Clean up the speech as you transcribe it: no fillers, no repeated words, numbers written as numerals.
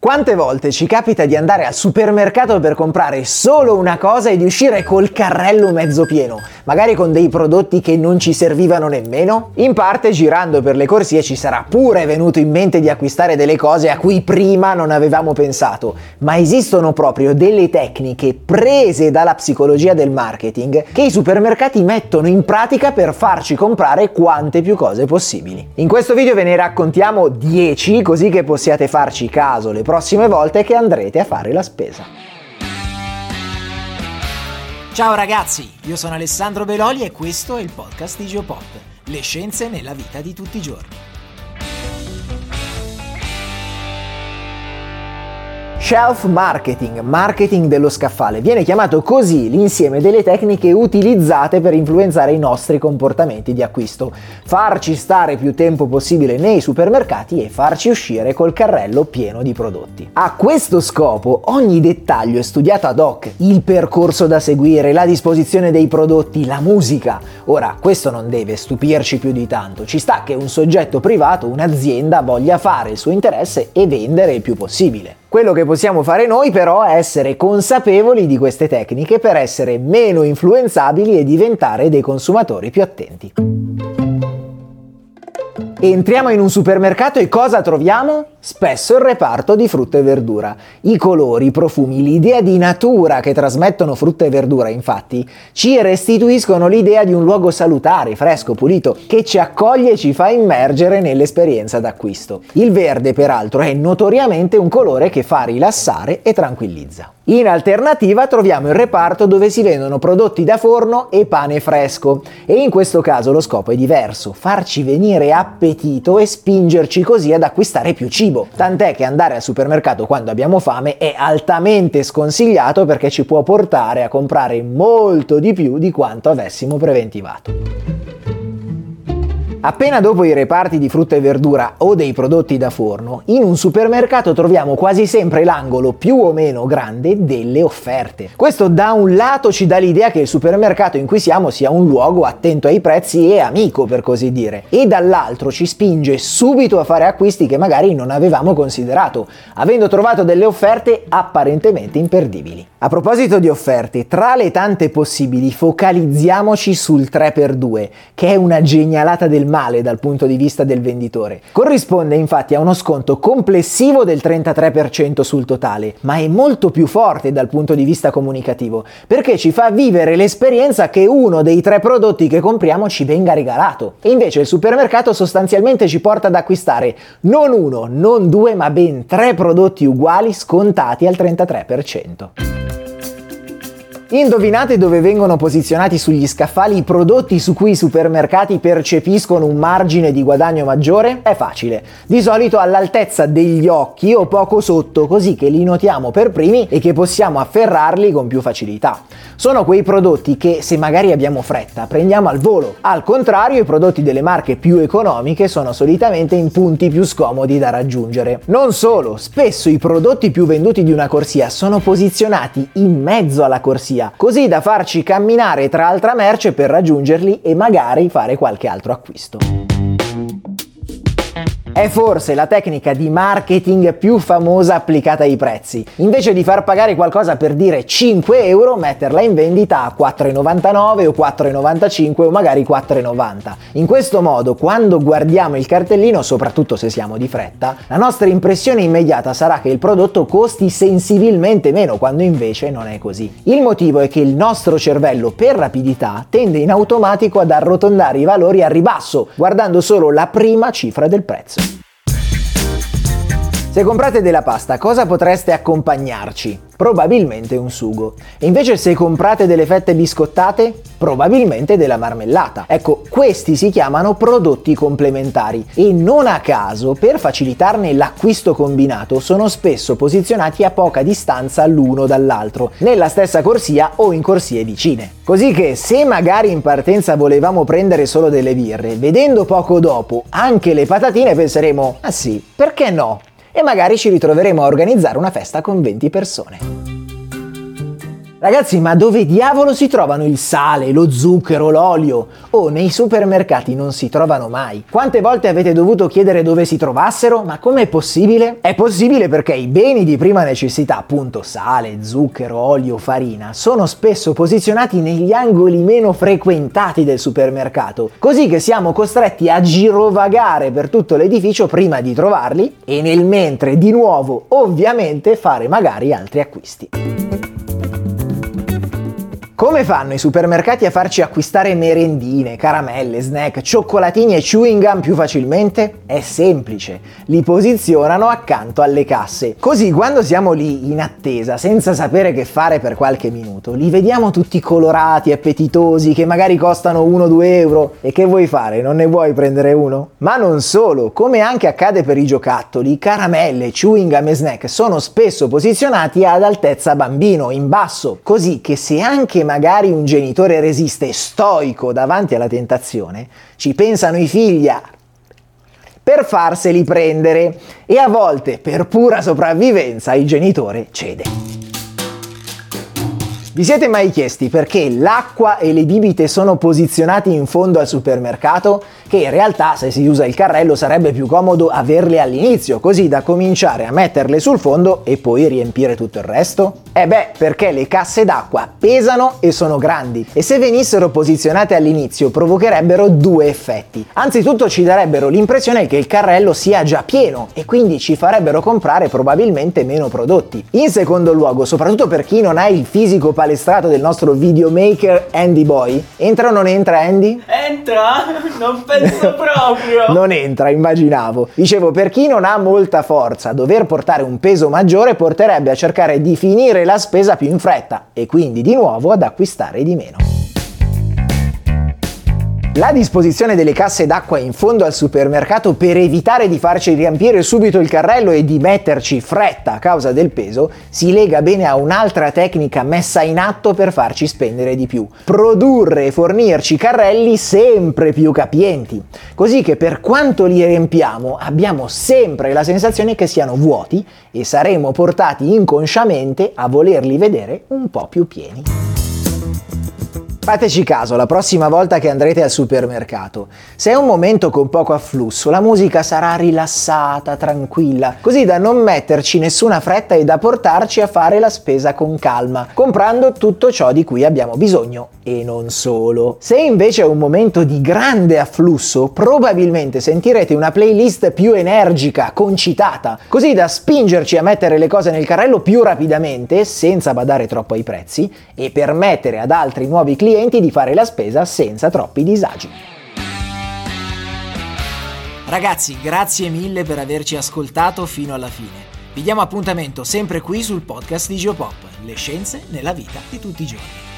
Quante volte ci capita di andare al supermercato per comprare solo una cosa e di uscire col carrello mezzo pieno, magari con dei prodotti che non ci servivano nemmeno? In parte, girando per le corsie, ci sarà pure venuto in mente di acquistare delle cose a cui prima non avevamo pensato, ma esistono proprio delle tecniche prese dalla psicologia del marketing che i supermercati mettono in pratica per farci comprare quante più cose possibili. In questo video ve ne raccontiamo 10, così che possiate farci caso le prossime volte che andrete a fare la spesa. Ciao ragazzi, io sono Alessandro Beloli e questo è il podcast di Geopop, le scienze nella vita di tutti i giorni. Shelf marketing, marketing dello scaffale, viene chiamato così l'insieme delle tecniche utilizzate per influenzare i nostri comportamenti di acquisto, farci stare più tempo possibile nei supermercati e farci uscire col carrello pieno di prodotti. A questo scopo ogni dettaglio è studiato ad hoc, il percorso da seguire, la disposizione dei prodotti, la musica. Ora, questo non deve stupirci più di tanto, ci sta che un soggetto privato, un'azienda, voglia fare il suo interesse e vendere il più possibile. Quello che possiamo fare noi però è essere consapevoli di queste tecniche per essere meno influenzabili e diventare dei consumatori più attenti. Entriamo in un supermercato e cosa troviamo? Spesso il reparto di frutta e verdura. I colori, i profumi, l'idea di natura che trasmettono frutta e verdura, infatti, ci restituiscono l'idea di un luogo salutare, fresco, pulito, che ci accoglie e ci fa immergere nell'esperienza d'acquisto. Il verde, peraltro, è notoriamente un colore che fa rilassare e tranquillizza. In alternativa troviamo il reparto dove si vendono prodotti da forno e pane fresco, e in questo caso lo scopo è diverso, farci venire appetito e spingerci così ad acquistare più cibo. Tant'è che andare al supermercato quando abbiamo fame è altamente sconsigliato perché ci può portare a comprare molto di più di quanto avessimo preventivato. Appena dopo i reparti di frutta e verdura o dei prodotti da forno, in un supermercato troviamo quasi sempre l'angolo più o meno grande delle offerte. Questo da un lato ci dà l'idea che il supermercato in cui siamo sia un luogo attento ai prezzi e amico, per così dire, e dall'altro ci spinge subito a fare acquisti che magari non avevamo considerato, avendo trovato delle offerte apparentemente imperdibili. A proposito di offerte, tra le tante possibili focalizziamoci sul 3x2, che è una genialata del male dal punto di vista del venditore. Corrisponde infatti a uno sconto complessivo del 33% sul totale, ma è molto più forte dal punto di vista comunicativo, perché ci fa vivere l'esperienza che uno dei 3 prodotti che compriamo ci venga regalato. E invece il supermercato sostanzialmente ci porta ad acquistare non 1, non 2, ma ben 3 prodotti uguali scontati al 33%. Indovinate dove vengono posizionati sugli scaffali i prodotti su cui i supermercati percepiscono un margine di guadagno maggiore? È facile, di solito all'altezza degli occhi o poco sotto, così che li notiamo per primi e che possiamo afferrarli con più facilità. Sono quei prodotti che, se magari abbiamo fretta, prendiamo al volo. Al contrario, i prodotti delle marche più economiche sono solitamente in punti più scomodi da raggiungere. Non solo, spesso i prodotti più venduti di una corsia sono posizionati in mezzo alla corsia, così da farci camminare tra altra merce per raggiungerli e magari fare qualche altro acquisto. È forse la tecnica di marketing più famosa applicata ai prezzi. Invece di far pagare qualcosa per dire 5 euro, metterla in vendita a 4,99 o 4,95 o magari 4,90. In questo modo, quando guardiamo il cartellino, soprattutto se siamo di fretta, la nostra impressione immediata sarà che il prodotto costi sensibilmente meno, quando invece non è così. Il motivo è che il nostro cervello, per rapidità, tende in automatico ad arrotondare i valori a ribasso, guardando solo la prima cifra del prezzo. Se comprate della pasta, cosa potreste accompagnarci? Probabilmente un sugo. E invece se comprate delle fette biscottate, probabilmente della marmellata. Ecco, questi si chiamano prodotti complementari e non a caso, per facilitarne l'acquisto combinato, sono spesso posizionati a poca distanza l'uno dall'altro, nella stessa corsia o in corsie vicine. Così che se magari in partenza volevamo prendere solo delle birre, vedendo poco dopo anche le patatine penseremo, ah sì, perché no? E magari ci ritroveremo a organizzare una festa con 20 persone. Ragazzi, ma dove diavolo si trovano il sale, lo zucchero, l'olio? Oh, nei supermercati non si trovano mai. Quante volte avete dovuto chiedere dove si trovassero? Ma com'è possibile? È possibile perché i beni di prima necessità, appunto sale, zucchero, olio, farina, sono spesso posizionati negli angoli meno frequentati del supermercato, così che siamo costretti a girovagare per tutto l'edificio prima di trovarli e nel mentre di nuovo, ovviamente, fare magari altri acquisti. Come fanno i supermercati a farci acquistare merendine, caramelle, snack, cioccolatini e chewing gum più facilmente? È semplice, li posizionano accanto alle casse. Così quando siamo lì in attesa, senza sapere che fare per qualche minuto, li vediamo tutti colorati, appetitosi, che magari costano 1-2 euro. E che vuoi fare? Non ne vuoi prendere uno? Ma non solo, come anche accade per i giocattoli, caramelle, chewing gum e snack sono spesso posizionati ad altezza bambino, in basso, così che se anche magari un genitore resiste stoico davanti alla tentazione, ci pensano i figli per farseli prendere e a volte per pura sopravvivenza il genitore cede. Vi siete mai chiesti perché l'acqua e le bibite sono posizionati in fondo al supermercato? Che in realtà se si usa il carrello sarebbe più comodo averle all'inizio, così da cominciare a metterle sul fondo e poi riempire tutto il resto? Perché le casse d'acqua pesano e sono grandi e se venissero posizionate all'inizio provocherebbero due effetti. Anzitutto ci darebbero l'impressione che il carrello sia già pieno e quindi ci farebbero comprare probabilmente meno prodotti. In secondo luogo, soprattutto per chi non ha il fisico palestrato del nostro videomaker Andy Boy, entra o non entra Andy? Entra? Non penso proprio! Non entra, immaginavo. Dicevo, per chi non ha molta forza, dover portare un peso maggiore porterebbe a cercare di finire la spesa più in fretta e quindi di nuovo ad acquistare di meno. La disposizione delle casse d'acqua in fondo al supermercato per evitare di farci riempire subito il carrello e di metterci fretta a causa del peso si lega bene a un'altra tecnica messa in atto per farci spendere di più: produrre e fornirci carrelli sempre più capienti, così che per quanto li riempiamo abbiamo sempre la sensazione che siano vuoti e saremo portati inconsciamente a volerli vedere un po' più pieni. Fateci caso la prossima volta che andrete al supermercato. Se è un momento con poco afflusso, la musica sarà rilassata, tranquilla, così da non metterci nessuna fretta e da portarci a fare la spesa con calma, comprando tutto ciò di cui abbiamo bisogno e non solo. Se invece è un momento di grande afflusso, probabilmente sentirete una playlist più energica, concitata, così da spingerci a mettere le cose nel carrello più rapidamente, senza badare troppo ai prezzi, e permettere ad altri nuovi clienti di fare la spesa senza troppi disagi. Ragazzi, grazie mille per averci ascoltato fino alla fine. Vi diamo appuntamento sempre qui sul podcast di Geopop, le scienze nella vita di tutti i giorni.